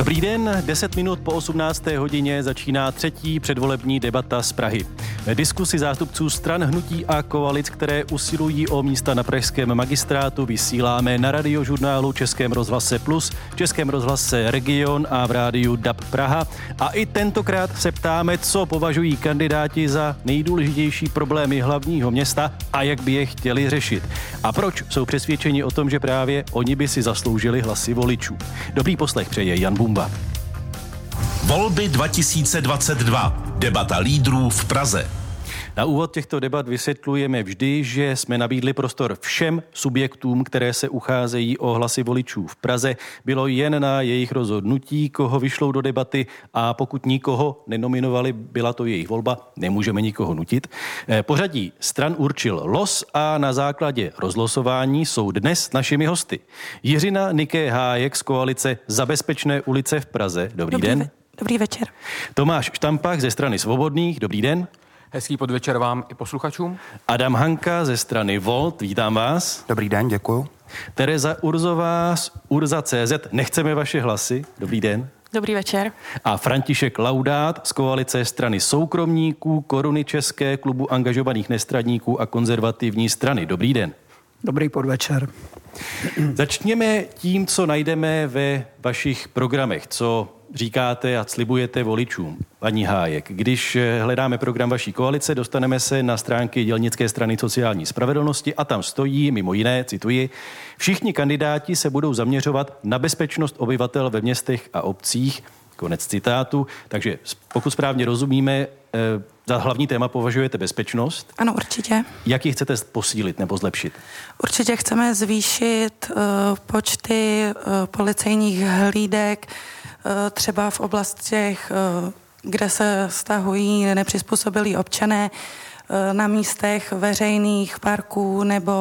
Dobrý den, 10 minut po 18. hodině začíná třetí předvolební debata z Prahy. Diskusi zástupců stran, hnutí a koalic, které usilují o místa na pražském magistrátu, vysíláme na Radiožurnálu, Českém rozhlase Plus, Českém rozhlase Region a v rádiu DAB Praha. A i tentokrát se ptáme, co považují kandidáti za nejdůležitější problémy hlavního města a jak by je chtěli řešit. A proč jsou přesvědčeni o tom, že právě oni by si zasloužili hlasy voličů. Dobrý poslech přeje Jan Bumba. Volby 2022. Debata lídrů v Praze. Na úvod těchto debat vysvětlujeme vždy, že jsme nabídli prostor všem subjektům, které se ucházejí o hlasy voličů v Praze. Bylo jen na jejich rozhodnutí, koho vyšlou do debaty, a pokud nikoho nenominovali, byla to jejich volba, nemůžeme nikoho nutit. Pořadí stran určil los a na základě rozlosování jsou dnes našimi hosty. Jiřina Niké Hájek z koalice Za bezpečné ulice v Praze. Dobrý den. Dobrý večer. Tomáš Štampach ze strany Svobodných. Dobrý den. Hezký podvečer vám i posluchačům. Adam Hanka ze strany Volt, vítám vás. Dobrý den, děkuju. Tereza Urzová z Urza.cz, nechceme vaše hlasy. Dobrý den. Dobrý večer. A František Laudát z koalice strany soukromníků, Koruny České, klubu angažovaných nestraníků a konzervativní strany. Dobrý den. Dobrý podvečer. Začněme tím, co najdeme ve vašich programech, co říkáte a slibujete voličům. Paní Hájek, když hledáme program vaší koalice, dostaneme se na stránky Dělnické strany sociální spravedlnosti a tam stojí, mimo jiné, cituji, všichni kandidáti se budou zaměřovat na bezpečnost obyvatel ve městech a obcích. Konec citátu. Takže pokud správně rozumíme, za hlavní téma považujete bezpečnost? Ano, určitě. Jak ji chcete posílit nebo zlepšit? Určitě chceme zvýšit počty policejních hlídek, třeba v oblastech, kde se stahují nepřizpůsobilí občané, na místech veřejných parků nebo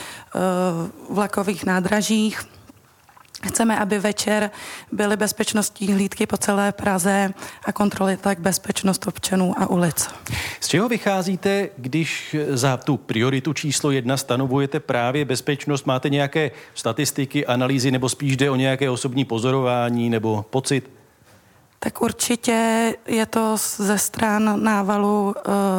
vlakových nádražích. Chceme, aby večer byly bezpečnostní hlídky po celé Praze a kontroly tak bezpečnost občanů a ulic. Z čeho vycházíte, když za tu prioritu číslo 1 stanovujete právě bezpečnost? Máte nějaké statistiky, analýzy nebo spíš jde o nějaké osobní pozorování nebo pocit? Tak určitě je to ze stran návalu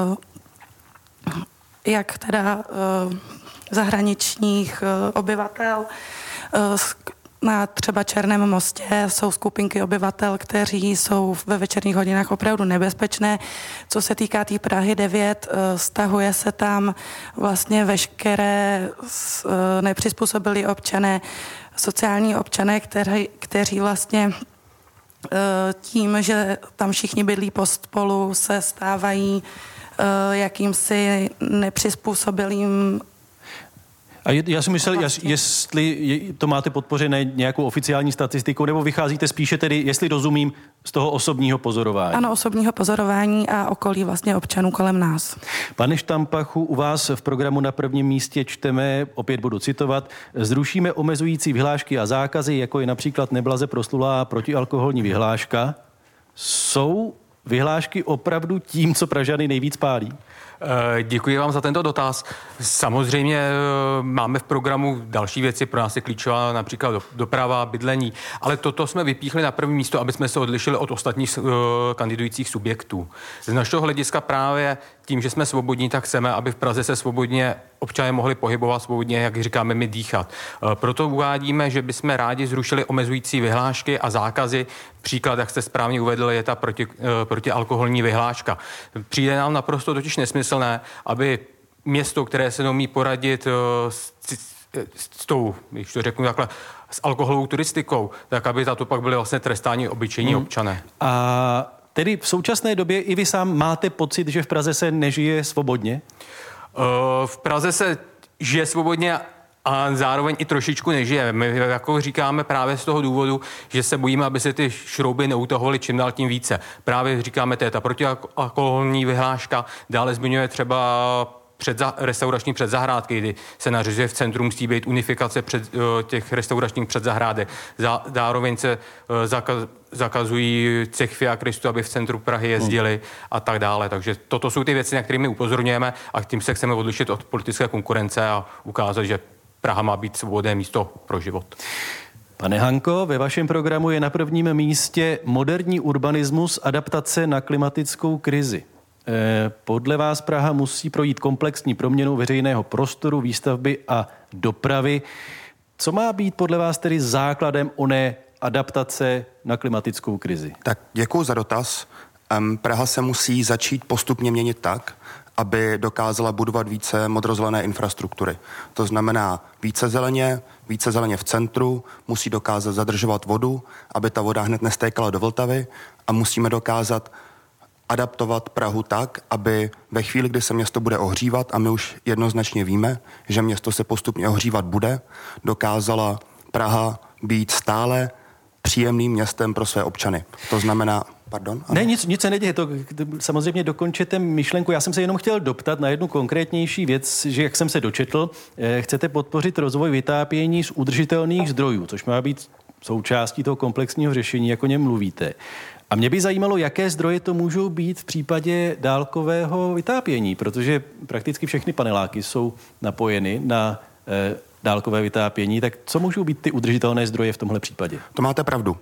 jak teda zahraničních obyvatel. Na třeba Černém mostě jsou skupinky obyvatel, kteří jsou ve večerních hodinách opravdu nebezpečné. Co se týká té Prahy 9, stahuje se tam vlastně veškeré nepřizpůsobilí občané, sociální občané, kteří vlastně tím, že tam všichni bydlí pospolu, se jakýmsi nepřizpůsobilým. A já si myslel, jestli to máte podpořené nějakou oficiální statistikou, nebo vycházíte spíše tedy, jestli rozumím, z toho osobního pozorování? Ano, osobního pozorování a okolí vlastně občanů kolem nás. Pane Štampachu, u vás v programu na prvním místě čteme, opět budu citovat, zrušíme omezující vyhlášky a zákazy, jako je například neblaze proslulá protialkoholní vyhláška. Jsou vyhlášky opravdu tím, co Pražany nejvíc pálí? Děkuji vám za tento dotaz. Samozřejmě máme v programu další věci, pro nás je klíčová například doprava, bydlení, ale toto jsme vypíchli na první místo, aby jsme se odlišili od ostatních kandidujících subjektů. Z našeho hlediska právě tím, že jsme svobodní, tak chceme, aby v Praze se svobodně občané mohli pohybovat svobodně, jak říkáme my, dýchat. Proto uvádíme, že bychom rádi zrušili omezující vyhlášky a zákazy. Příklad, jak jste správně uvedl, je ta protialkoholní vyhláška. Přijde nám naprosto totiž nesmyslné, aby město, které se neumí poradit s tou, když to řeknu takhle, s alkoholovou turistikou, tak aby za to pak byly vlastně trestáni obyčejní občané. A tedy v současné době i vy sám máte pocit, že v Praze se nežije svobodně? V Praze se žije svobodně a zároveň i trošičku nežijeme. My jako říkáme právě z toho důvodu, že se bojíme, aby se ty šrouby neutahovaly čím dál tím více. Právě říkáme, to je ta protialkoholní vyhláška, dále zmiňuje třeba restaurační předzahrádky, kdy se nařizuje v centru musí být unifikace těch restauračních předzahrádek. Zároveň se zakazují cechvy a Kristu, aby v centru Prahy jezdili a tak dále. Takže toto jsou ty věci, na kterými upozorňujeme a tím se chceme odlišit od politické konkurence a ukázat, že Praha má být svobodné místo pro život. Pane Hanko, ve vašem programu je na prvním místě moderní urbanismus, adaptace na klimatickou krizi. Podle vás Praha musí projít komplexní proměnou veřejného prostoru, výstavby a dopravy. Co má být podle vás tedy základem oné adaptace na klimatickou krizi? Tak děkuji za dotaz. Praha se musí začít postupně měnit tak, aby dokázala budovat více modrozelené infrastruktury. To znamená více zeleně v centru, musí dokázat zadržovat vodu, aby ta voda hned nestékala do Vltavy a musíme dokázat adaptovat Prahu tak, aby ve chvíli, kdy se město bude ohřívat, a my už jednoznačně víme, že město se postupně ohřívat bude, dokázala Praha být stále příjemným městem pro své občany. To znamená, pardon? Ne, nic se neděje, to samozřejmě dokončete myšlenku. Já jsem se jenom chtěl doptat na jednu konkrétnější věc, že jak jsem se dočetl, chcete podpořit rozvoj vytápění z udržitelných zdrojů, což má být součástí toho komplexního řešení, jak o něm mluvíte. A mě by zajímalo, jaké zdroje to můžou být v případě dálkového vytápění, protože prakticky všechny paneláky jsou napojeny na dálkové vytápění, tak co můžou být ty udržitelné zdroje v tomhle případě? To máte pravdu.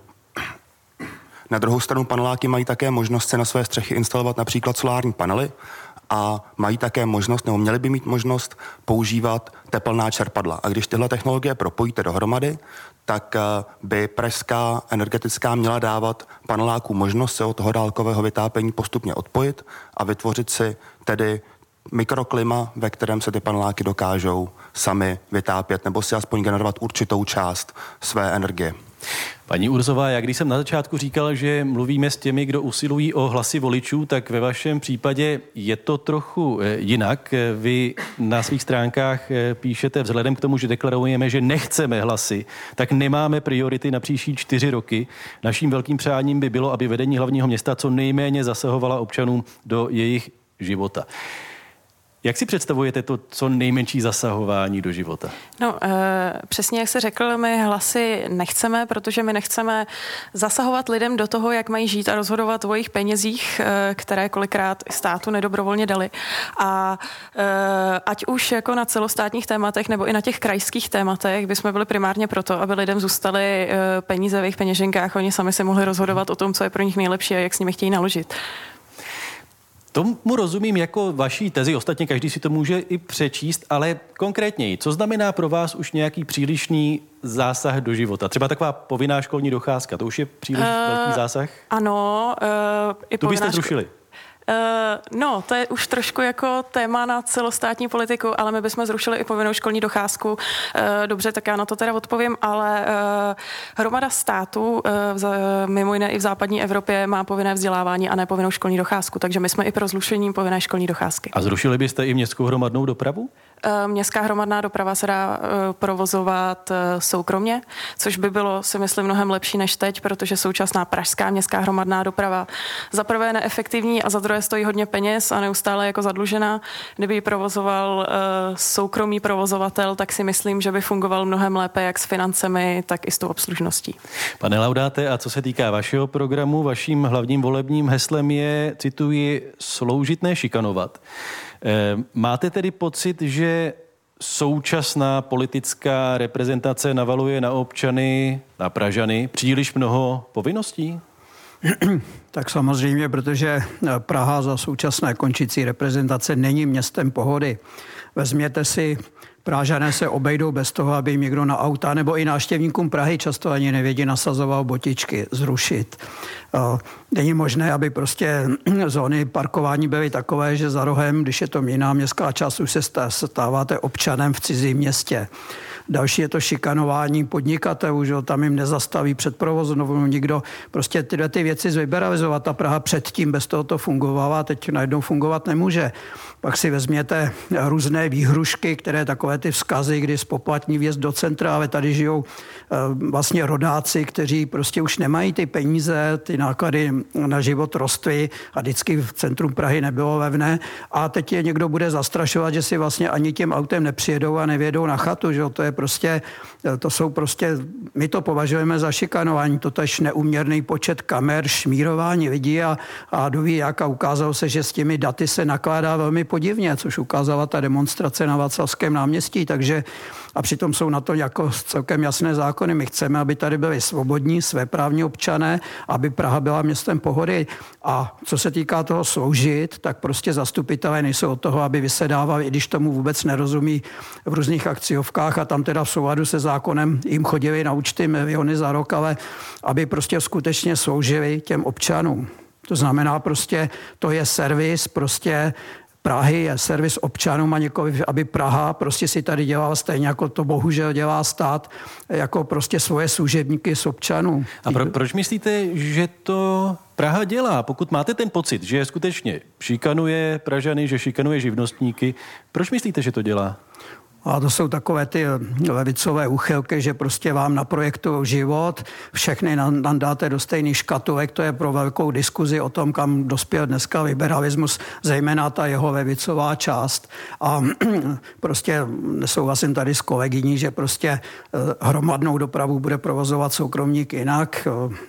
Na druhou stranu paneláky mají také možnost se na své střechy instalovat například solární panely a mají také možnost, nebo měli by mít možnost používat tepelná čerpadla. A když tyhle technologie propojíte dohromady, tak by pražská energetická měla dávat panelákům možnost se od toho dálkového vytápění postupně odpojit a vytvořit si tedy mikroklima, ve kterém se ty paneláky dokážou sami vytápět nebo si aspoň generovat určitou část své energie. Paní Urzová, jak když jsem na začátku říkal, že mluvíme s těmi, kdo usilují o hlasy voličů, tak ve vašem případě je to trochu jinak. Vy na svých stránkách píšete, vzhledem k tomu, že deklarujeme, že nechceme hlasy, tak nemáme priority na příští 4 roky. Naším velkým přáním by bylo, aby vedení hlavního města co nejméně zasahovala občanům do jejich života. Jak si představujete to co nejmenší zasahování do života? No, přesně jak jsi řekl, my hlasy nechceme, protože my nechceme zasahovat lidem do toho, jak mají žít a rozhodovat o jejich penězích, které kolikrát státu nedobrovolně dali. A ať už jako na celostátních tématech nebo i na těch krajských tématech bychom byli primárně proto, aby lidem zůstaly peníze v jejich peněženkách, oni sami si mohli rozhodovat o tom, co je pro nich nejlepší a jak s nimi chtějí naložit. Tomu rozumím jako vaší tezi, ostatně každý si to může i přečíst, ale konkrétněji, co znamená pro vás už nějaký přílišný zásah do života? Třeba taková povinná školní docházka, to už je příliš velký zásah? Ano. Tu byste zrušili? No, to je už trošku jako téma na celostátní politiku, ale my bychom zrušili i povinnou školní docházku. Dobře, tak já na to teda odpovím, ale hromada států, mimo jiné i v západní Evropě, má povinné vzdělávání a ne povinnou školní docházku, takže my jsme i pro zrušení povinné školní docházky. A zrušili byste i městskou hromadnou dopravu? Městská hromadná doprava se dá provozovat soukromně, což by bylo, si myslím, mnohem lepší než teď, protože současná pražská městská hromadná doprava za prvé je neefektivní a za druhé stojí hodně peněz a neustále jako zadlužená. Kdyby ji provozoval soukromý provozovatel, tak si myslím, že by fungoval mnohem lépe jak s financemi, tak i s tou obslužností. Pane Laudáte, a co se týká vašeho programu, vaším hlavním volebním heslem je, cituji, sloužit, ne šikanovat. Máte tedy pocit, že současná politická reprezentace navaluje na občany, na Pražany příliš mnoho povinností? Tak samozřejmě, protože Praha za současné končící reprezentace není městem pohody. Vezměte si, Pražané se obejdou bez toho, aby jim někdo na auta nebo i návštěvníkům Prahy často ani nevědí nasazoval botičky, zrušit. Není možné, aby prostě zóny parkování byly takové, že za rohem, když je to jiná městská část, už se stáváte občanem v cizím městě. Další je to šikanování podnikatelů, že tam jim nezastaví před provozovnou nikdo. Prostě tyhle ty věci zliberalizovat. Ta Praha předtím bez toho to fungovala, teď najednou fungovat nemůže. Pak si vezměte různé výhrušky, které takové ty vzkazy, kdy spoplatní vjezd do centra, ale tady žijou vlastně rodáci, kteří prostě už nemají ty peníze, ty náklady na život rostly a vždycky v centru Prahy nebylo levné. A teď je někdo bude zastrašovat, že si vlastně ani tím autem nepřijedou a nevědou na chatu, že to je prostě, to jsou prostě, my to považujeme za šikanování, totež neúměrný počet kamer, šmírování lidí a doví jak, a ukázalo se, že s těmi daty se nakládá velmi podivně, což ukázala ta demonstrace na Václavském náměstí, takže a přitom jsou na to jako celkem jasné zákony. My chceme, aby tady byli svobodní, svéprávní občané, aby Praha byla městem pohody. A co se týká toho sloužit, tak prostě zastupitelé nejsou od toho, aby vysedávali, i když tomu vůbec nerozumí v různých akciovkách a tam teda v souladu se zákonem jim chodili na účty miliony za rok, ale aby prostě skutečně sloužili těm občanům. To znamená prostě, to je servis prostě Prahy, je servis občanům a nikoliv, aby Praha prostě si tady dělala stejně, jako to bohužel dělá stát, jako prostě svoje služebníky s občanů. A proč myslíte, že to Praha dělá? Pokud máte ten pocit, že skutečně šikanuje Pražany, že šikanuje živnostníky, proč myslíte, že to dělá? A to jsou takové ty levicové úchylky, že prostě vám naprojektují život, všechny dáte do stejných škatulek, to je pro velkou diskuzi o tom, kam dospěl dneska liberalismus, zejména ta jeho levicová část. A prostě nesouhlasím tady s kolegyní, že prostě hromadnou dopravu bude provozovat soukromník jinak.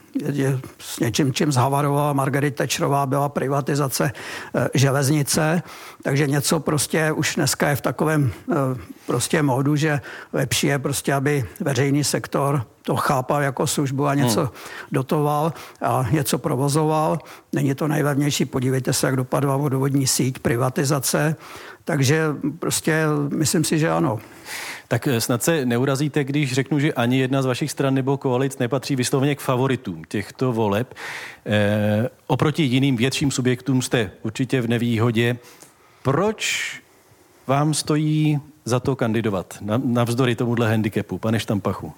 S něčím, čím zhavarovala Margaret Thatcherová, byla privatizace železnice, takže něco prostě už dneska je v takovém prostě módu, že lepší je prostě, aby veřejný sektor to chápal jako službu a něco dotoval a něco provozoval. Není to nejlevnější, podívejte se, jak dopadla vodovodní síť, privatizace, takže prostě myslím si, že ano. Tak snad se neurazíte, když řeknu, že ani jedna z vašich stran nebo koalic nepatří vysloveně k favoritům těchto voleb. Oproti jiným větším subjektům jste určitě v nevýhodě. Proč vám stojí za to kandidovat navzdory tomuhle handicapu, pane Štampachu?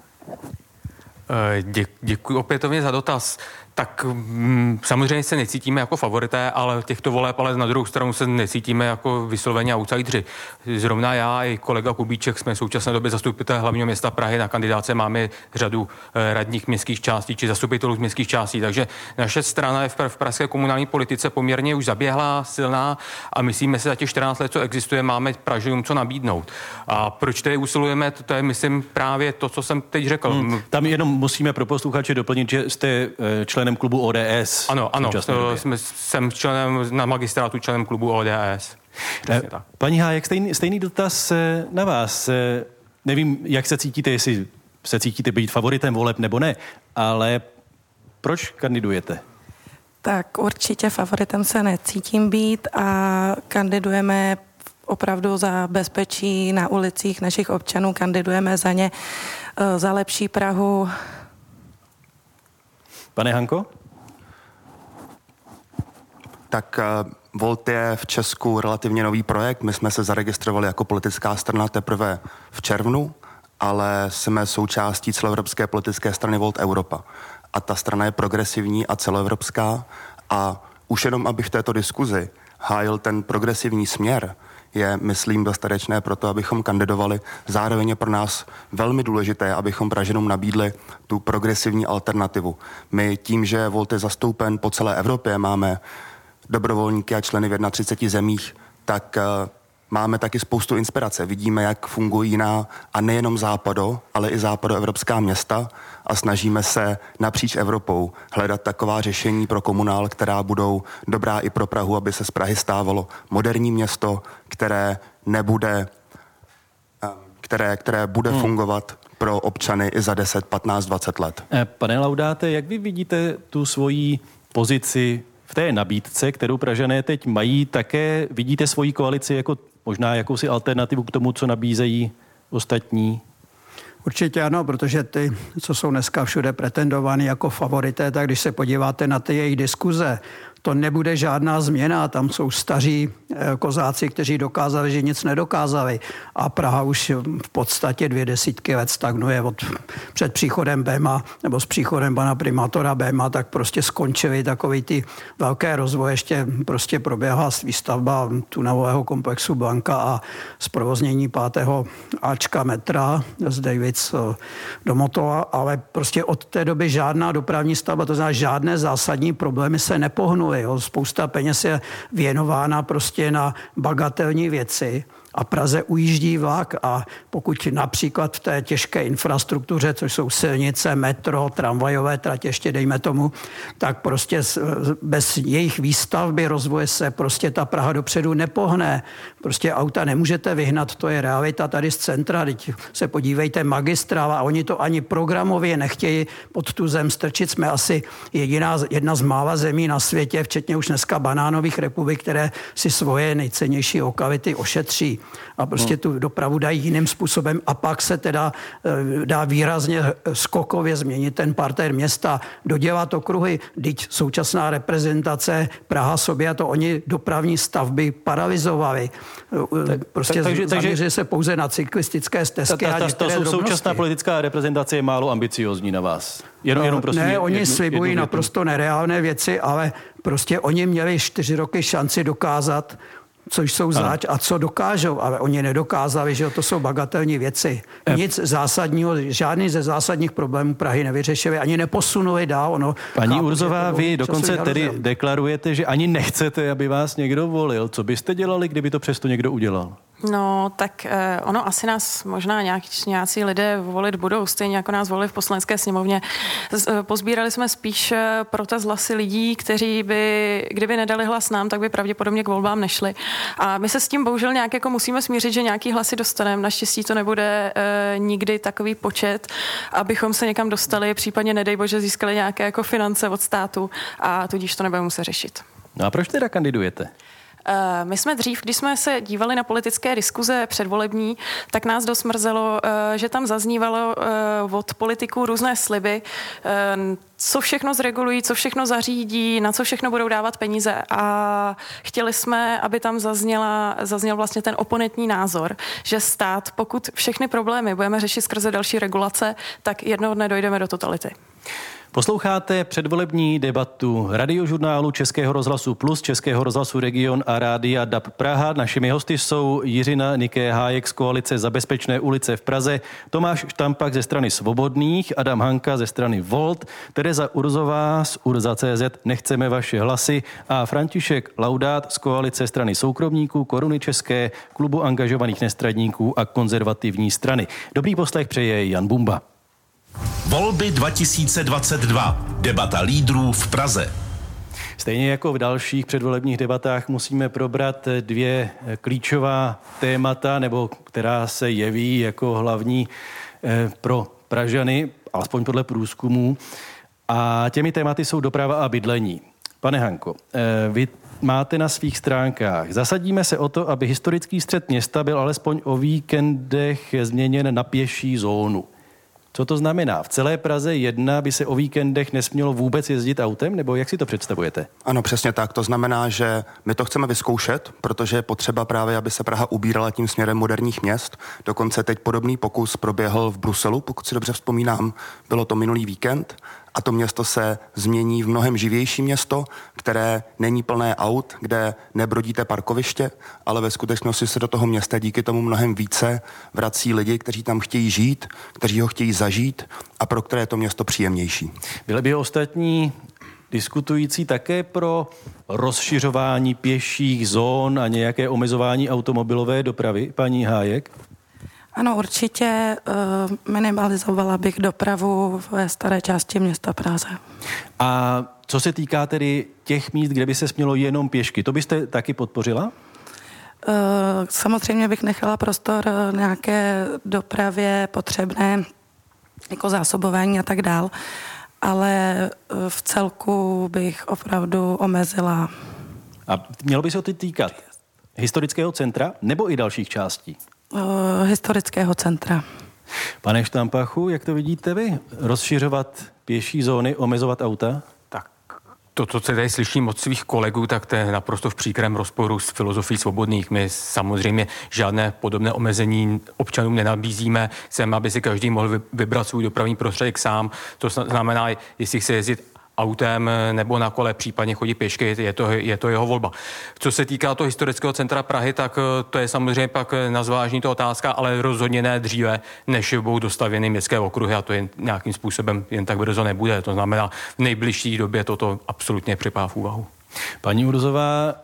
Děkuji opětovně za dotaz. Tak samozřejmě se necítíme jako favorité, ale těchto voleb, ale na druhou stranu se necítíme jako vysloveně outsidři. Zrovna já i kolega Kubíček jsme v současné době zastupitel hlavního města Prahy. Na kandidáce máme řadu radních městských částí či zastupitelů z městských částí, takže naše strana je v pražské komunální politice poměrně už zaběhlá, silná a myslíme si, za těch 14 let, co existuje, máme Pražům co nabídnout. A proč tedy usilujeme, to je, myslím, právě to, co jsem teď řekl. Tam jenom musíme pro posluchače doplnit, že jste členem klubu ODS. Ano, jsem členem na magistrátu, členem klubu ODS. Paní Hájek, stejný dotaz na vás. Nevím, jak se cítíte, jestli se cítíte být favoritem voleb nebo ne, ale proč kandidujete? Tak určitě favoritem se necítím být a kandidujeme opravdu za bezpečí na ulicích našich občanů, kandidujeme za ně, za lepší Prahu. Pane Hanko? Tak Volt je v Česku relativně nový projekt. My jsme se zaregistrovali jako politická strana teprve v červnu, ale jsme součástí celoevropské politické strany Volt Europa. A ta strana je progresivní a celoevropská a už jenom, aby v této diskuzi hájil ten progresivní směr, je, myslím, dostatečné pro to, abychom kandidovali. Zároveň je pro nás velmi důležité, abychom Pražanům nabídli tu progresivní alternativu. My tím, že Volt je zastoupen po celé Evropě, máme dobrovolníky a členy v 31 zemích, tak máme taky spoustu inspirace. Vidíme, jak fungují jiná a nejenom ale i západoevropská města a snažíme se napříč Evropou hledat taková řešení pro komunál, která budou dobrá i pro Prahu, aby se z Prahy stávalo moderní město, které bude fungovat pro občany i za 10, 15, 20 let. Pane Laudáte, jak vy vidíte tu svoji pozici v té nabídce, kterou Pražané teď mají, také vidíte svoji koalici jako možná jakousi alternativu k tomu, co nabízejí ostatní? Určitě ano, protože ty, co jsou dneska všude pretendovaný jako favorité, tak když se podíváte na ty jejich diskuze, to nebude žádná změna. Tam jsou staří kozáci, kteří dokázali, že nic nedokázali. A Praha už v podstatě 20 let stagnuje před příchodem Béma nebo s příchodem pana primátora Béma, tak prostě skončily takový ty velké rozvoje. Ještě prostě proběhla výstavba tunelového komplexu Blanka a zprovoznění 5. Ačka metra z Davids do Motola, ale prostě od té doby žádná dopravní stavba, to znamená žádné zásadní problémy se nepohnuly. Jo. Spousta peněz je věnována prostě na bagatelní věci a Praze ujíždí vlak a pokud například v té těžké infrastruktuře, což jsou silnice, metro, tramvajové trať, ještě dejme tomu, tak prostě bez jejich výstavby, rozvoje se prostě ta Praha dopředu nepohne. Prostě auta nemůžete vyhnat, to je realita tady z centra. Teď se podívejte, magistrála, a oni to ani programově nechtějí pod tu zem strčit. Jsme asi jedna z mála zemí na světě, včetně už dneska banánových republik, které si svoje nejcennější lokality ošetří a prostě tu dopravu dají jiným způsobem a pak se teda dá výrazně skokově změnit ten parter města, dodělat okruhy. Vždyť současná reprezentace Praha sobě a to oni dopravní stavby paralyzovali. Prostě zaměřili se pouze na cyklistické stezky a některé drobnosti. Současná politická reprezentace je málo ambiciozní na vás. Jenom prosím, ne, oni slibují naprosto nereálné věci, ale prostě oni měli 4 roky šanci dokázat, což jsou zač a co dokážou, ale oni nedokázali, že to jsou bagatelní věci. Nic zásadního, žádný ze zásadních problémů Prahy nevyřešili, ani neposunuli dál. Paní Urzová, vy dokonce tedy deklarujete, že ani nechcete, aby vás někdo volil. Co byste dělali, kdyby to přesto někdo udělal? No, tak ono asi nás možná nějací lidé volit budou, stejně jako nás volili v Poslanecké sněmovně. Pozbírali jsme spíš protest hlasy lidí, kteří by, kdyby nedali hlas nám, tak by pravděpodobně k volbám nešli. A my se s tím bohužel nějak jako musíme smířit, že nějaký hlasy dostaneme. Naštěstí to nebude nikdy takový počet, abychom se někam dostali, případně nedej bože získali nějaké jako finance od státu a tudíž to nebudeme muset řešit. No a proč teda kandidujete? My jsme dřív, když jsme se dívali na politické diskuze předvolební, tak nás dost mrzelo, že tam zaznívalo od politiků různé sliby, co všechno zregulují, co všechno zařídí, na co všechno budou dávat peníze a chtěli jsme, aby tam zazněl vlastně ten oponentní názor, že stát, pokud všechny problémy budeme řešit skrze další regulace, tak jednoho dne dojdeme do totality. Posloucháte předvolební debatu radiožurnálu Českého rozhlasu Plus, Českého rozhlasu Region a rádia DAB Praha. Našimi hosty jsou Jiřina Niké Hájek z koalice Za bezpečné ulice v Praze, Tomáš Štampak ze strany Svobodných, Adam Hanka ze strany Volt, Tereza Urzová z Urza.cz Nechceme vaše hlasy a František Laudát z koalice strany soukromníků, Koruny České, Klubu angažovaných nestradníků a Konzervativní strany. Dobrý poslech přeje Jan Bumba. Volby 2022. Debata lídrů v Praze. Stejně jako v dalších předvolebních debatách musíme probrat 2 klíčová témata, nebo která se jeví jako hlavní pro Pražany, alespoň podle průzkumů. A těmi tématy jsou doprava a bydlení. Pane Hanko, vy máte na svých stránkách: zasadíme se o to, aby historický střed města byl alespoň o víkendech změněn na pěší zónu. Co to znamená? V celé Praze 1 by se o víkendech nesmělo vůbec jezdit autem, nebo jak si to představujete? Ano, přesně tak. To znamená, že my to chceme vyzkoušet, protože je potřeba právě, aby se Praha ubírala tím směrem moderních měst. Dokonce teď podobný pokus proběhl v Bruselu, pokud si dobře vzpomínám. Bylo to minulý víkend a to město se změní v mnohem živější město, které není plné aut, kde nebrodíte parkoviště, ale ve skutečnosti se do toho města díky tomu mnohem více vrací lidi, kteří tam chtějí žít, kteří ho chtějí zažít a pro které je to město příjemnější. Byly by ostatní diskutující také pro rozšiřování pěších zón a nějaké omezování automobilové dopravy, paní Hájek? Ano, určitě minimalizovala bych dopravu ve staré části města Praze. A co se týká tedy těch míst, kde by se smělo jenom pěšky, to byste taky podpořila? Samozřejmě bych nechala prostor nějaké dopravě potřebné, jako zásobování a tak dál, ale v celku bych opravdu omezila. A mělo by se to týkat historického centra nebo i dalších částí? Historického centra. Pane Štampachu, jak to vidíte vy? Rozšiřovat pěší zóny, omezovat auta? Tak to, co tady slyším od svých kolegů, tak to je naprosto v příkrém rozporu s filozofií Svobodných. My samozřejmě žádné podobné omezení občanům nenabízíme. Chceme, aby si každý mohl vybrat svůj dopravní prostředek sám. To znamená, jestli chce jezdit autem nebo na kole, případně chodí pěšky, je to jeho volba. Co se týká toho historického centra Prahy, tak to je samozřejmě pak na zvážení to otázka, ale rozhodně ne dříve, než budou dostavěny městské okruhy a to je nějakým způsobem jen tak brzo nebude. To znamená, v nejbližší době toto absolutně připadá v úvahu. Paní Urzová,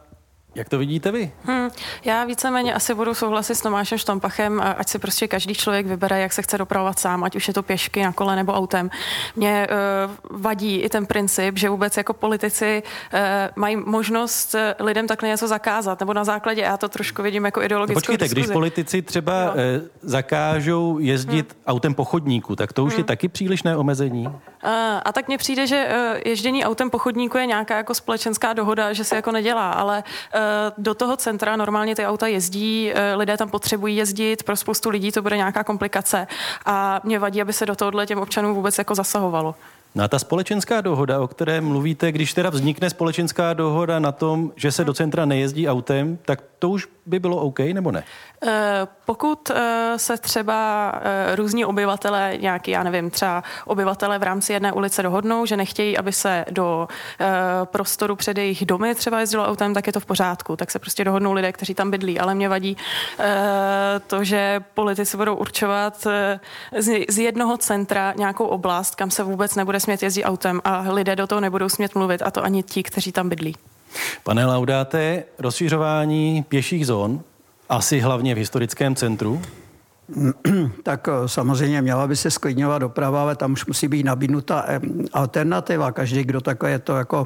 Jak to vidíte vy? Já víceméně asi budu souhlasit s Tomášem Štompachem, ať si prostě každý člověk vybere, jak se chce dopravovat sám, ať už je to pěšky, na kole nebo autem. Mě vadí i ten princip, že vůbec jako politici mají možnost lidem takhle něco zakázat, nebo na základě, já to trošku vidím jako ideologickou Počkejte, diskuzi. když politici třeba zakážou jezdit autem po chodníku, tak to už je taky přílišné omezení? A tak mně přijde, že ježdění autem po chodníku je nějaká jako společenská dohoda, že se jako nedělá, ale do toho centra normálně ty auta jezdí, lidé tam potřebují jezdit, pro spoustu lidí to bude nějaká komplikace a mě vadí, aby se do tohohle těm občanům vůbec jako zasahovalo. No a ta společenská dohoda, o které mluvíte, když teda vznikne společenská dohoda na tom, že se do centra nejezdí autem, tak to už by bylo OK, nebo ne? Pokud se třeba různí obyvatelé, nějaký, já nevím, třeba obyvatelé v rámci jedné ulice dohodnou, že nechtějí, aby se do prostoru před jejich domy třeba jezdilo autem, tak je to v pořádku. Tak se prostě dohodnou lidé, kteří tam bydlí. Ale mě vadí to, že politici budou určovat z jednoho centra nějakou oblast, kam se vůbec nebude smět jezdit autem a lidé do toho nebudou smět mluvit, a to ani ti, kteří tam bydlí. Pane Laudáte, rozšiřování pěších zón, asi hlavně v historickém centru? Tak samozřejmě měla by se sklidňovat doprava, ale tam už musí být nabídnuta alternativa. Každý, kdo takhle to jako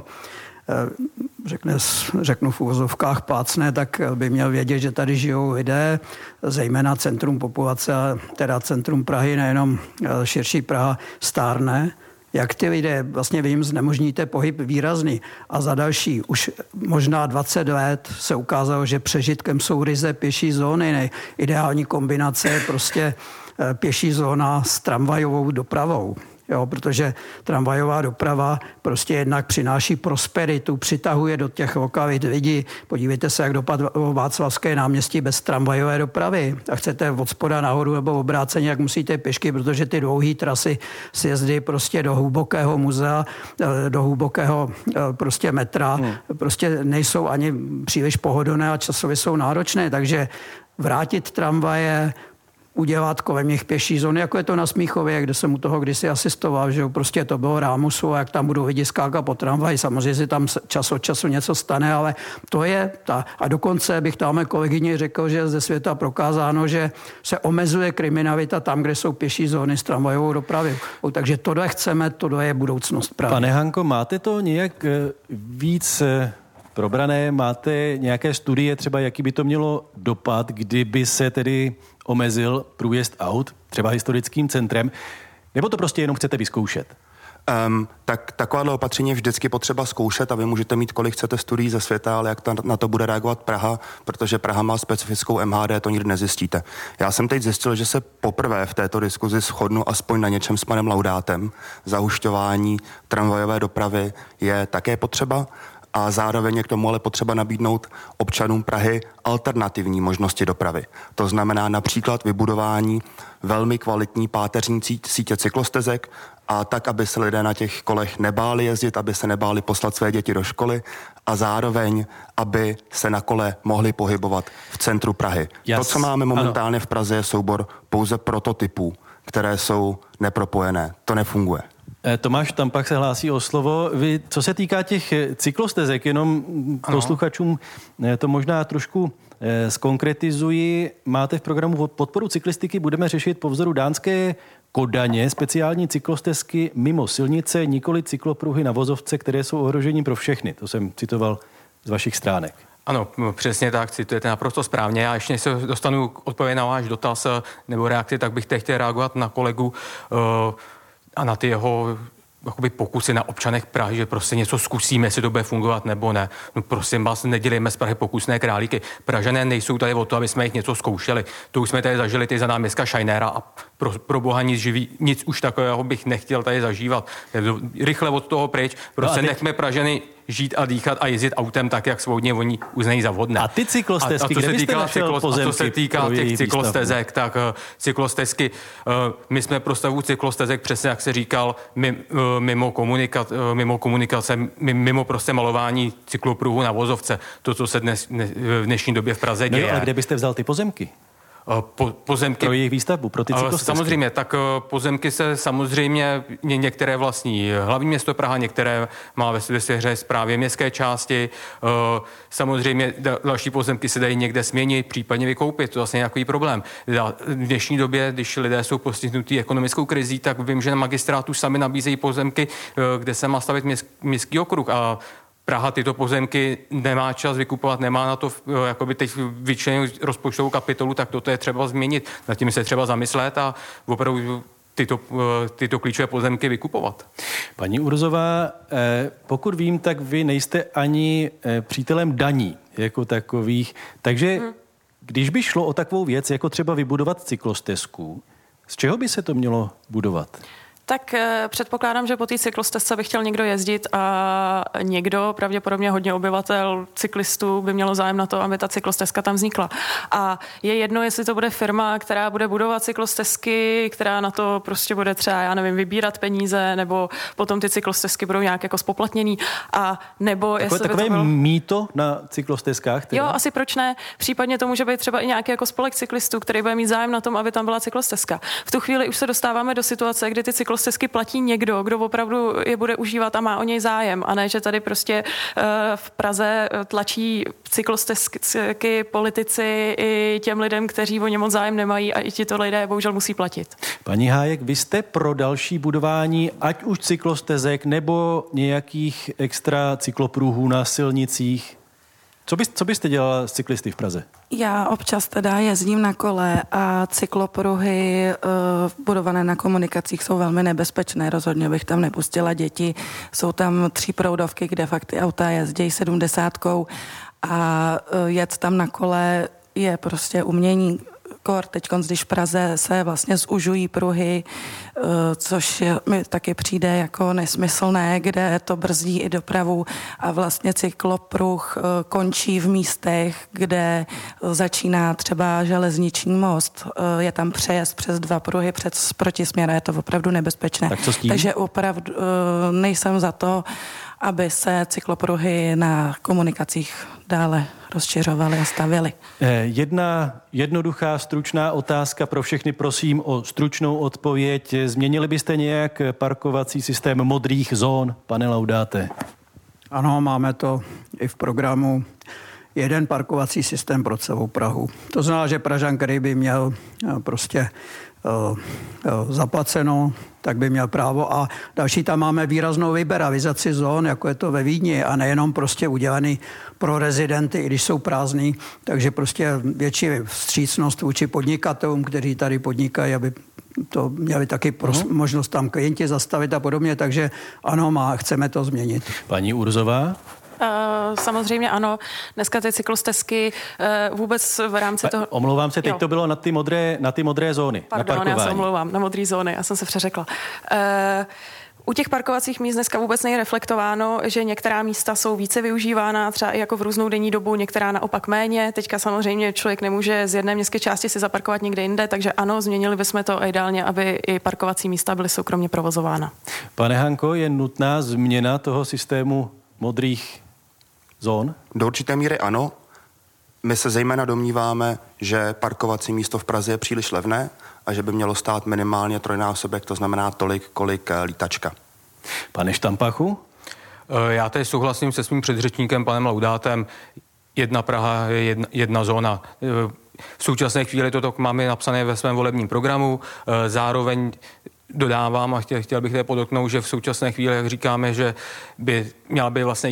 řeknu v uvozovkách plácne, tak by měl vědět, že tady žijou lidé, zejména centrum populace, teda centrum Prahy, nejenom širší Praha, stárne. Jak ty lidé, vlastně vy jim znemožníte pohyb výrazný. A za další, už možná 20 let se ukázalo, že přežitkem jsou ryze pěší zóny. Ideální kombinace je prostě pěší zóna s tramvajovou dopravou. Jo, protože tramvajová doprava prostě jednak přináší prosperitu, přitahuje do těch lokalit lidi. Podívejte se, jak dopadlo Václavské náměstí bez tramvajové dopravy. A chcete od spoda nahoru nebo obráceně, jak musíte pěšky, protože ty dlouhé trasy sjezdy prostě do hlubokého muzea, do hlubokého prostě metra, prostě nejsou ani příliš pohodlné a časově jsou náročné. Takže vrátit tramvaje, udělat kolem nich pěší zóny, jako je to na Smíchově, kde jsem u toho kdysi asistoval, že prostě to bylo rámusu a jak tam budou lidi skákat po tramvaji. Samozřejmě si tam čas od času něco stane, ale to je ta. A dokonce bych tam kolegyni řekl, že ze světa prokázáno, že se omezuje kriminalita tam, kde jsou pěší zóny s tramvajovou dopravou. Takže tohle chceme, tohle je budoucnost právě. Pane Hanko, máte to nějak víc probrané? Máte nějaké studie třeba, jaký by to mělo dopad, kdyby se tedy omezil průjezd aut, třeba historickým centrem, nebo to prostě jenom chcete vyzkoušet? Tak takováhle opatření je vždycky potřeba zkoušet a vy můžete mít, kolik chcete studií ze světa, ale jak na to bude reagovat Praha, protože Praha má specifickou MHD, to nikdy nezjistíte. Já jsem teď zjistil, že se poprvé v této diskuzi shodnu aspoň na něčem s panem Laudátem. Zahušťování tramvajové dopravy je také potřeba, a zároveň je k tomu ale potřeba nabídnout občanům Prahy alternativní možnosti dopravy. To znamená například vybudování velmi kvalitní páteřní sítě cyklostezek a tak, aby se lidé na těch kolech nebáli jezdit, aby se nebáli poslat své děti do školy a zároveň, aby se na kole mohli pohybovat v centru Prahy. To, co máme momentálně v Praze, je soubor pouze prototypů, které jsou nepropojené. To nefunguje. Tomáš Štompach se hlásí o slovo. Vy, co se týká těch cyklostezek, jenom posluchačům to možná trošku zkonkretizuji. Máte v programu podporu cyklistiky, budeme řešit po vzoru dánské Kodaně speciální cyklostezky mimo silnice, nikoli cyklopruhy na vozovce, které jsou ohrožením pro všechny. To jsem citoval z vašich stránek. Ano, přesně tak, citujete naprosto správně. Já ještě než se dostanu k odpovědi na váš dotaz nebo reakci, tak bych chtěl reagovat na kolegu a na ty jeho jakoby pokusy na občanech Prahy, že prostě něco zkusíme, jestli to bude fungovat nebo ne. No prosím vás, nedělejme z Prahy pokusné králíky. Pražané nejsou tady o to, aby jsme jich něco zkoušeli. To už jsme tady zažili ty za náměstka Scheinera a pro boha nic už takového bych nechtěl tady zažívat. Rychle od toho pryč, prostě nechme Pražany žít a dýchat a jezdit autem tak, jak svobodně oni uznají za vhodné. A ty cyklostezky, kde byste našel pozemky? Co se týká těch cyklostezek, tak cyklostezky, my jsme pro stavbu cyklostezek, přesně jak se říkal, mimo komunikace, mimo prostě malování cyklopruhu na vozovce. To, co se v dnešní době v Praze děje. No, ale kde byste vzal ty pozemky? Pozemky pro jejich výstavbu, pro ty cyklostezky. Samozřejmě, tak pozemky se samozřejmě některé vlastní hlavní město Praha, některé má ve svěře správě městské části. Samozřejmě další pozemky se dají někde směnit, případně vykoupit. To vlastně nějaký problém. V dnešní době, když lidé jsou postihnutí ekonomickou krizí, tak vím, že na magistrátu sami nabízejí pozemky, kde se má stavit městský okruh a Praha tyto pozemky nemá čas vykupovat, nemá na to jakoby teď vyčleněnou rozpočtovou kapitolu, tak toto je třeba změnit. Nad tím se třeba zamyslet a opravdu tyto klíčové pozemky vykupovat. Paní Urzová, pokud vím, tak vy nejste ani přítelem daní jako takových, takže když by šlo o takovou věc, jako třeba vybudovat cyklostezku, z čeho by se to mělo budovat? Tak předpokládám, že po té cyklostezce by chtěl někdo jezdit a někdo, pravděpodobně hodně obyvatel, cyklistů, by mělo zájem na to, aby ta cyklostezka tam vznikla. A je jedno, jestli to bude firma, která bude budovat cyklostezky, která na to prostě bude třeba, já nevím, vybírat peníze, nebo potom ty cyklostezky budou nějak jako spoplatněný, a nebo jestli takové by to bylo mýto na cyklostezkách? Teda? Jo, asi proč ne? Případně to může být třeba i nějaký jako spolek cyklistů, který bude mít zájem na tom, aby tam byla cyklostezka. V tu chvíli už se dostáváme do situace, kdy ty cyklostezky platí někdo, kdo opravdu je bude užívat a má o něj zájem, a ne, že tady prostě v Praze tlačí cyklostezky politici i těm lidem, kteří o ně moc zájem nemají, a i tito lidé bohužel musí platit. Paní Hájek, vy jste pro další budování ať už cyklostezek nebo nějakých extra cyklopruhů na silnicích? Co byste dělala s cyklisty v Praze? Já občas teda jezdím na kole a cyklopruhy budované na komunikacích jsou velmi nebezpečné. Rozhodně bych tam nepustila děti. Jsou tam 3 proudovky, kde fakt ty auta jezdí 70 a jet tam na kole je prostě umění. Teď, když v Praze se vlastně zužují pruhy, což mi taky přijde jako nesmyslné, kde to brzdí i dopravu, a vlastně cyklopruh končí v místech, kde začíná třeba železniční most. Je tam přejezd přes 2 pruhy protisměr, je to opravdu nebezpečné. Tak co s tím? Takže opravdu nejsem za to, aby se cyklopruhy na komunikacích dále rozšiřovaly a stavěly. Jedna jednoduchá, stručná otázka pro všechny, prosím o stručnou odpověď. Změnili byste nějak parkovací systém modrých zón, pane Laudáte? Ano, máme to i v programu. Jeden parkovací systém pro celou Prahu. To znamená, že Pražan, který by měl prostě zaplaceno, tak by měl právo. A další, tam máme výraznou liberalizaci zón, jako je to ve Vídni, a nejenom prostě udělaný pro rezidenty, i když jsou prázdný, takže prostě větší vstřícnost vůči podnikatelům, kteří tady podnikají, aby to měli taky možnost tam klienti zastavit a podobně, takže ano, chceme to změnit. Paní Urzová? Samozřejmě ano. Dneska ty cyklostezky vůbec v rámci toho... Omlouvám se, teď to bylo na ty modré zóny. Pardon, na parkování. Já se omlouvám, na modré zóny, já jsem se přeřekla. U těch parkovacích míst dneska vůbec není reflektováno, že některá místa jsou více využívána, třeba i jako v různou denní dobu, některá naopak méně. Teďka samozřejmě člověk nemůže z jedné městské části si zaparkovat někde jinde, takže ano, změnili bychom to ideálně, aby i parkovací místa byly soukromně provozována. Pane Hanko, je nutná změna toho systému modrých zón? Do určité míry ano. My se zejména domníváme, že parkovací místo v Praze je příliš levné a že by mělo stát minimálně 3násobek, to znamená tolik, kolik lítačka. Pane Štampachu? Já tady souhlasím se svým předřečníkem, panem Laudátem. Jedna Praha je jedna zóna. V současné chvíli toto máme napsané ve svém volebním programu. Zároveň dodávám a chtěl bych tady podotknout, že v současné chvíli, jak říkáme, že by měla být vlastně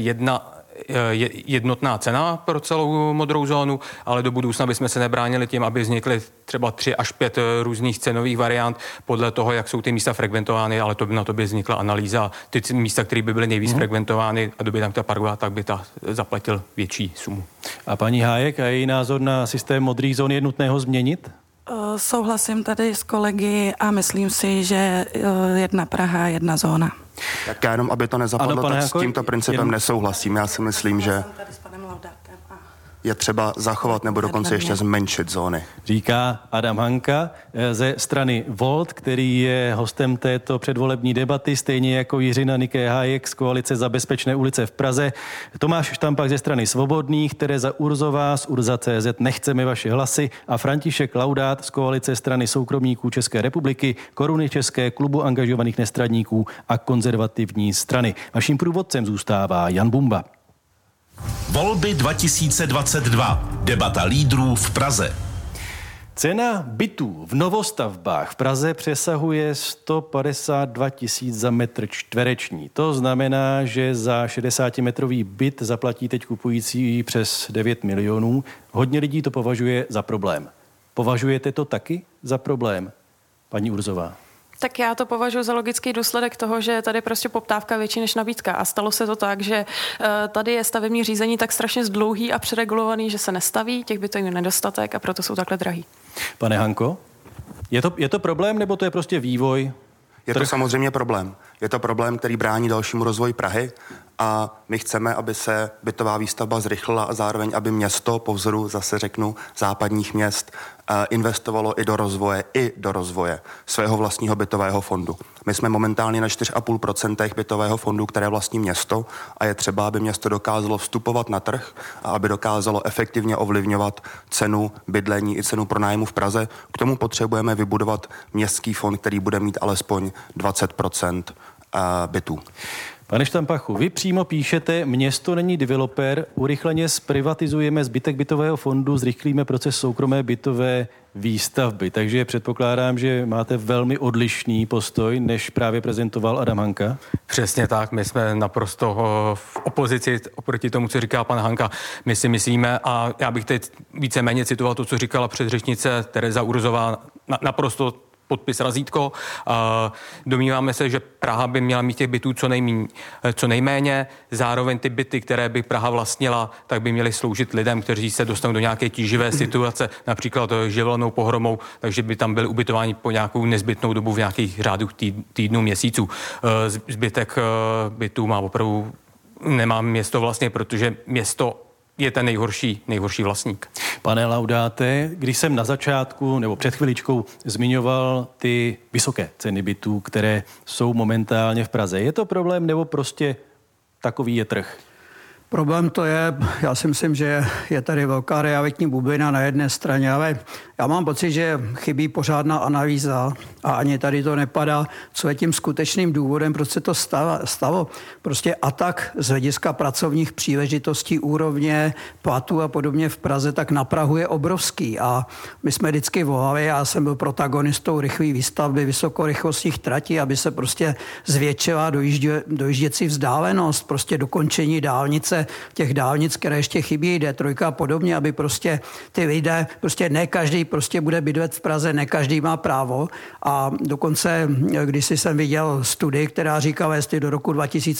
jednotná cena pro celou modrou zónu, ale do budoucna bychom se nebránili tím, aby vznikly třeba 3 až 5 různých cenových variant podle toho, jak jsou ty místa frekventovány, ale na to by vznikla analýza. Ty místa, které by byly nejvíc frekventovány a doby tam ta parkovala, tak by ta zaplatil větší sumu. A paní Hájek, a její názor na systém modrých zón, je nutné ho změnit? Souhlasím tady s kolegy a myslím si, že jedna Praha, jedna zóna. Tak já jenom, aby to nezapadlo, tak s tímto principem nesouhlasím. Já si myslím, že... je třeba zachovat nebo dokonce ještě zmenšit zóny. Říká Adam Hanka ze strany Volt, který je hostem této předvolební debaty, stejně jako Jiřina Niké Hájek z koalice Za bezpečné ulice v Praze, Tomáš Štampak ze strany Svobodných, Tereza Urzová z Urza.cz Nechceme vaše hlasy a František Laudát z koalice strany soukromníků České republiky, Koruny České, Klubu angažovaných nestradníků a Konzervativní strany. Vaším průvodcem zůstává Jan Bumba. Volby 2022. Debata lídrů v Praze. Cena bytů v novostavbách v Praze přesahuje 152 000 za metr čtvereční. To znamená, že za 60-metrový byt zaplatí teď kupující přes 9 milionů. Hodně lidí to považuje za problém. Považujete to taky za problém, paní Urzová? Tak já to považuji za logický důsledek toho, že tady prostě poptávka větší než nabídka. A stalo se to tak, že tady je stavební řízení tak strašně zdlouhý a přeregulovaný, že se nestaví, těch bytů je nedostatek a proto jsou takhle drahý. Pane Hanko, je to problém, nebo to je prostě vývoj? Je to samozřejmě problém. Je to problém, který brání dalšímu rozvoji Prahy a my chceme, aby se bytová výstavba zrychlila a zároveň, aby město po vzoru, zase řeknu, západních měst investovalo i do rozvoje svého vlastního bytového fondu. My jsme momentálně na 4,5% bytového fondu, které vlastní město a je třeba, aby město dokázalo vstupovat na trh a aby dokázalo efektivně ovlivňovat cenu bydlení i cenu pronájmu v Praze. K tomu potřebujeme vybudovat městský fond, který bude mít alespoň 20% bytů. Pane Štampachu, vy přímo píšete, město není developer, urychleně zprivatizujeme zbytek bytového fondu, zrychlíme proces soukromé bytové výstavby. Takže předpokládám, že máte velmi odlišný postoj, než právě prezentoval Adam Hanka. Přesně tak, my jsme naprosto v opozici oproti tomu, co říká pan Hanka. My si myslíme, a já bych teď víceméně citoval to, co říkala předřečnice Tereza Urzová, naprosto podpis razítko. Domníváme se, že Praha by měla mít těch bytů co nejméně. Zároveň ty byty, které by Praha vlastnila, tak by měly sloužit lidem, kteří se dostanou do nějaké tíživé situace, například živelnou pohromou, takže by tam byli ubytováni po nějakou nezbytnou dobu v nějakých řádů týdnů, měsíců. Zbytek bytů má opravdu nemá město vlastně, protože město je ten nejhorší vlastník. Pane Laudáte, když jsem na začátku nebo před chviličkou zmiňoval ty vysoké ceny bytů, které jsou momentálně v Praze, je to problém nebo prostě takový je trh? Problém to je, já si myslím, že je tady velká realitní bublina na jedné straně, ale já mám pocit, že chybí pořádná analýza a ani tady to nepadá, co je tím skutečným důvodem, proč se to stalo. Prostě atak z hlediska pracovních příležitostí, úrovně platů a podobně v Praze, tak na Prahu je obrovský a my jsme vždycky volali, já jsem byl protagonistou rychlé výstavby vysokorychlostních tratí, aby se prostě zvětšila dojížděcí vzdálenost, prostě dokončení dálnice, těch dálnic, které ještě chybí, D3 a podobně, aby prostě ty lidé, prostě ne každý prostě bude bydlet v Praze, ne každý má právo a dokonce, když jsem viděl studii, která říkala, jestli do roku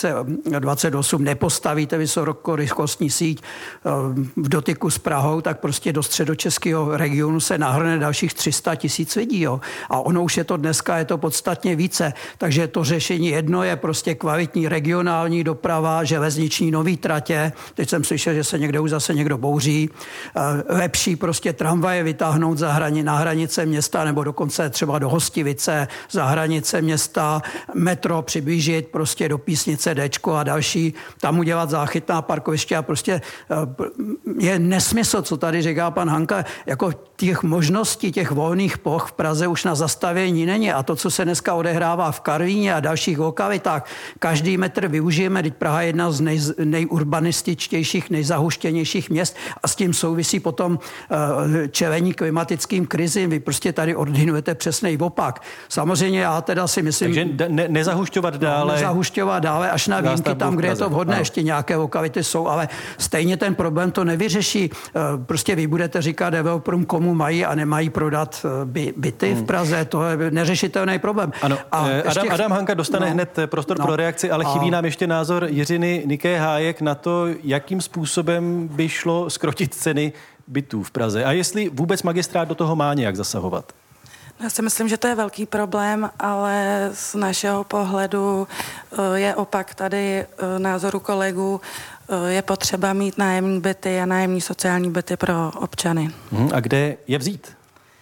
2028 nepostavíte vysokorychlostní síť v dotyku s Prahou, tak prostě do středočeského regionu se nahrne dalších 300 000 lidí. Jo. A ono už je to dneska, je to podstatně více. Takže to řešení jedno je prostě kvalitní regionální doprava, železniční nový tratě. Teď jsem slyšel, že se někde už zase někdo bouří. Lepší prostě tramvaje vytáhnout na hranice města nebo dokonce třeba do Hostivice, za hranice města, metro přiblížit prostě do Písnice Dčko a další, tam udělat záchytná parkoviště a prostě je nesmysl, co tady říká pan Hanka, jako těch možností, těch volných ploch v Praze už na zastavění není a to, co se dneska odehrává v Karlíně a dalších lokalitách, každý metr využijeme, teď Praha je jedna z nejurbanističtějších, nejzahuštěnějších měst a s tím souvisí potom čelení klimatickým krizím. Vy prostě tady ordinujete přesnej opak. Samozřejmě já teda si myslím... Takže nezahušťovat dále. Nezahušťovat dále až na výjimky tam, kde je to vhodné. Ještě nějaké lokality jsou, ale stejně ten problém to nevyřeší. Prostě vy budete říkat developerům, komu mají a nemají prodat byty v Praze. To je neřešitelný problém. Ano, Adam Hanka dostane hned prostor pro reakci, ale chybí nám ještě názor Jiřiny Niké Hájek na to, jakým způsobem by šlo zkrotit ceny bytů v Praze a jestli vůbec magistrát do toho má nějak zasahovat. Já si myslím, že to je velký problém, ale z našeho pohledu je opak tady názoru kolegů. Je potřeba mít nájemní byty a nájemní sociální byty pro občany. A kde je vzít?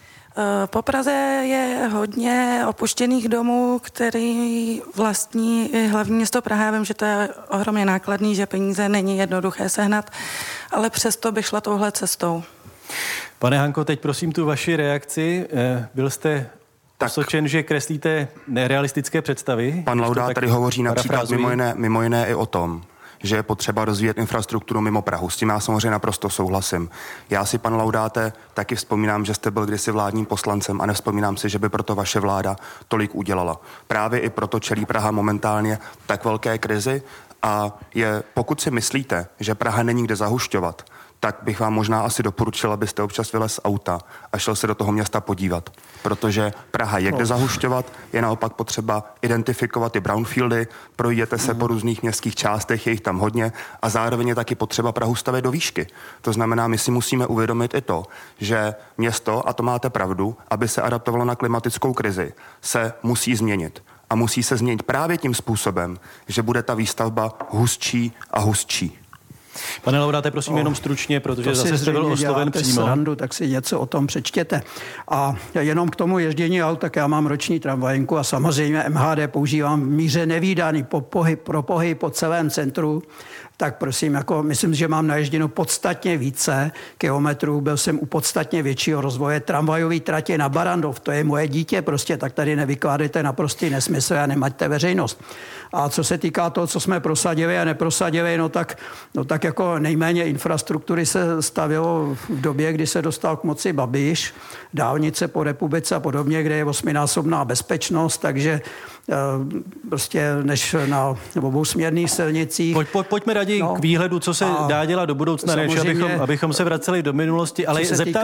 Po Praze je hodně opuštěných domů, který vlastní i hlavní město Praha. Já vím, že to je ohromně nákladný, že peníze není jednoduché sehnat, ale přesto bych šla touhle cestou. Pane Hanko, teď prosím tu vaši reakci. Byl jste osočen, že kreslíte nerealistické představy? Pan Laudát tady hovoří například mimo jiné i o tom, že je potřeba rozvíjet infrastrukturu mimo Prahu. S tím já samozřejmě naprosto souhlasím. Já si, pan Laudáte, taky vzpomínám, že jste byl kdysi vládním poslancem a nevzpomínám si, že by proto vaše vláda tolik udělala. Právě i proto čelí Praha momentálně tak velké krizi a pokud si myslíte, že Praha není kde zahušťovat, tak bych vám možná asi doporučil, abyste občas vylez z auta a šel se do toho města podívat. Protože Praha je kde zahušťovat, je naopak potřeba identifikovat ty brownfieldy, projděte se po různých městských částech, je jich tam hodně a zároveň je taky potřeba Prahu stavět do výšky. To znamená, my si musíme uvědomit i to, že město, a to máte pravdu, aby se adaptovalo na klimatickou krizi, se musí změnit. A musí se změnit právě tím způsobem, že bude ta výstavba hustší a hustší. Pane Laudáte, prosím jenom stručně, protože zase jste byl osloven přímo. Srandu, tak si něco o tom přečtěte. A jenom k tomu ježdění aut, tak já mám roční tramvajenku a samozřejmě MHD používám v míře nevídaný pro pohyb po celém centru. Tak prosím, myslím, že mám naježděno podstatně více kilometrů, byl jsem u podstatně většího rozvoje tramvajové tratě na Barandov, to je moje dítě prostě, tak tady nevykládejte naprostý nesmysl a nemaťte veřejnost. A co se týká toho, co jsme prosadili a neprosadili, no tak jako nejméně infrastruktury se stavělo v době, kdy se dostal k moci Babiš, dálnice po republice a podobně, kde je 8násobná bezpečnost, takže prostě než na obousměrných silnicích. Pojďme raději k výhledu, co se dá dělat do budoucna, než abychom se vraceli do minulosti. Ale co se týká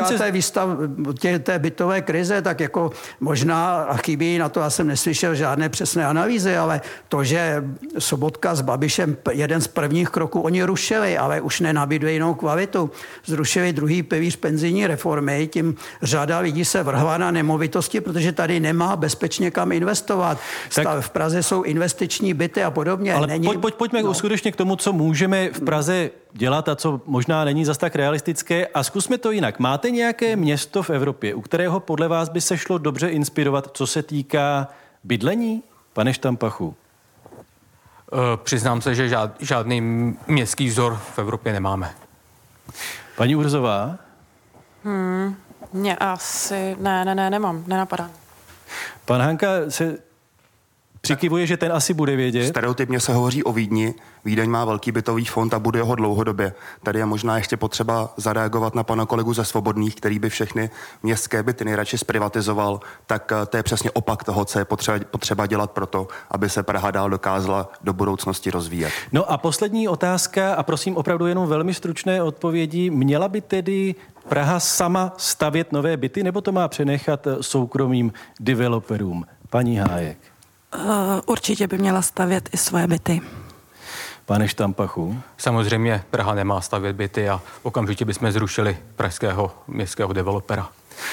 té bytové krize, tak jako možná a chybí na to, já jsem neslyšel žádné přesné analýzy, ale to, že Sobotka s Babišem jeden z prvních kroků oni rušili, ale už nenabídli jinou kvalitu. Zrušili druhý pilíř penzijní reformy, tím řada lidí se vrhla na nemovitosti, protože tady nemá bezpečně kam investovat. V Praze jsou investiční byty a podobně. Ale pojďme skutečně k tomu, co můžeme v Praze dělat a co možná není zas tak realistické. A zkusme to jinak. Máte nějaké město v Evropě, u kterého podle vás by se šlo dobře inspirovat, co se týká bydlení? Pane Štampachu. Přiznám se, že žádný městský vzor v Evropě nemáme. Paní Urzová? Mě asi... nemám, nenapadá. Pan Hanka se přikivuje, že ten asi bude vědět. Stereotypně se hovoří o Vídni. Vídeň má velký bytový fond a bude ho dlouhodobě. Tady je možná ještě potřeba zareagovat na pana kolegu ze Svobodných, který by všechny městské byty nejradši zprivatizoval. Tak to je přesně opak toho, co je potřeba dělat pro to, aby se Praha dál dokázala do budoucnosti rozvíjet. No a poslední otázka, a prosím opravdu jenom velmi stručné odpovědi. Měla by tedy Praha sama stavět nové byty, nebo to má přenechat soukromým developerům? Paní Hájek. Určitě by měla stavět i svoje byty. Pane Štampachu? Samozřejmě Praha nemá stavět byty a okamžitě bychom zrušili pražského městského developera.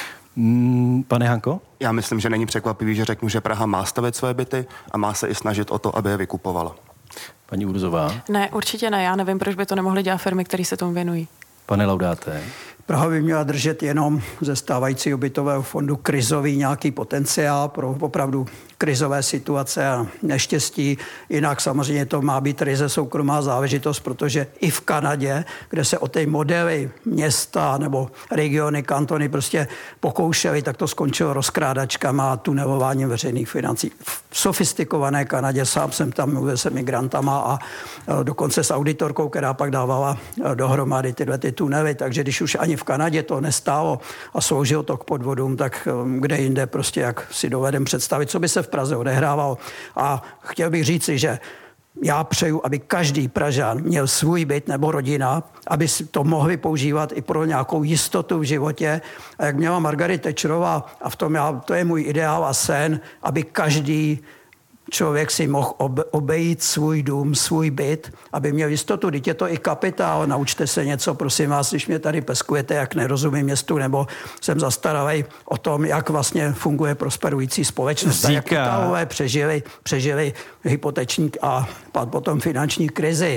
Pane Hanko? Já myslím, že není překvapivý, že řeknu, že Praha má stavět své byty a má se i snažit o to, aby je vykupovala. Paní Urzová? Ne, určitě ne. Já nevím, proč by to nemohly dělat firmy, které se tomu věnují. Pane Laudáte? Praha by měla držet jenom ze stávajícího bytového fondu krizový nějaký potenciál pro opravdu krizové situace a neštěstí. Jinak samozřejmě to má být ryze soukromá záležitost, protože i v Kanadě, kde se o té modely města nebo regiony, kantony prostě pokoušeli, tak to skončilo rozkrádačkama a tunelováním veřejných financí. V sofistikované Kanadě, sám jsem tam mluvil se migrantama a dokonce s auditorkou, která pak dávala dohromady tyhle ty tunely, takže když už ani v Kanadě to nestálo a sloužilo to k podvodům, tak kde jinde prostě, jak si dovedem představit, co by se v Praze odehrávalo. A chtěl bych říci, že já přeju, aby každý Pražan měl svůj byt nebo rodina, aby si to mohli používat i pro nějakou jistotu v životě. A jak měla Margaret Thatcherová, a v tom to je můj ideál a sen, aby každý člověk si mohl obejít svůj dům, svůj byt, aby měl jistotu. Teď je to i kapitál. Naučte se něco, prosím vás, když mě tady peskujete, jak nerozumím městu, nebo jsem zastaralej o tom, jak vlastně funguje prosperující společnost. A jak Italové přežili hypoteční a potom finanční krizi.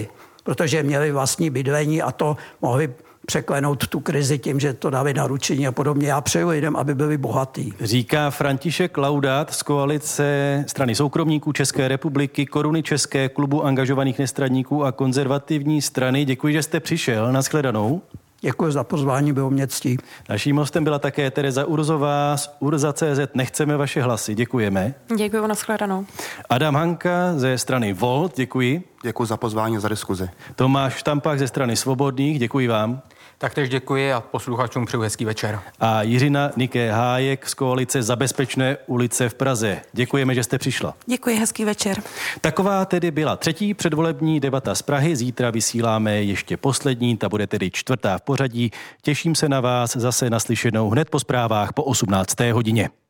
protože měli vlastní bydlení a to mohli překlenout tu krizi tím, že to dali na ručení a podobně. Já přeju lidem, aby byli bohatí. Říká František Laudát z koalice strany soukromníků České republiky, Koruny České, klubu angažovaných nestraníků a konzervativní strany. Děkuji, že jste přišel. Naschledanou. Děkuji za pozvání, bylo mě ctí. Naším hostem byla také Tereza Urzová z Urza.cz. Nechceme vaše hlasy. Děkujeme. Děkuji, naschledanou. Adam Hanka ze strany Volt. Děkuji. Děkuji za pozvání, za diskuzi. Tomáš Štampák ze strany Svobodných. Děkuji vám. Taktéž děkuji a posluchačům přeju hezký večer. A Jiřina Niké Hájek z koalice Za bezpečné ulice v Praze. Děkujeme, že jste přišla. Děkuji, hezký večer. Taková tedy byla třetí předvolební debata z Prahy. Zítra vysíláme ještě poslední, ta bude tedy čtvrtá v pořadí. Těším se na vás zase naslyšenou hned po zprávách po 18. hodině.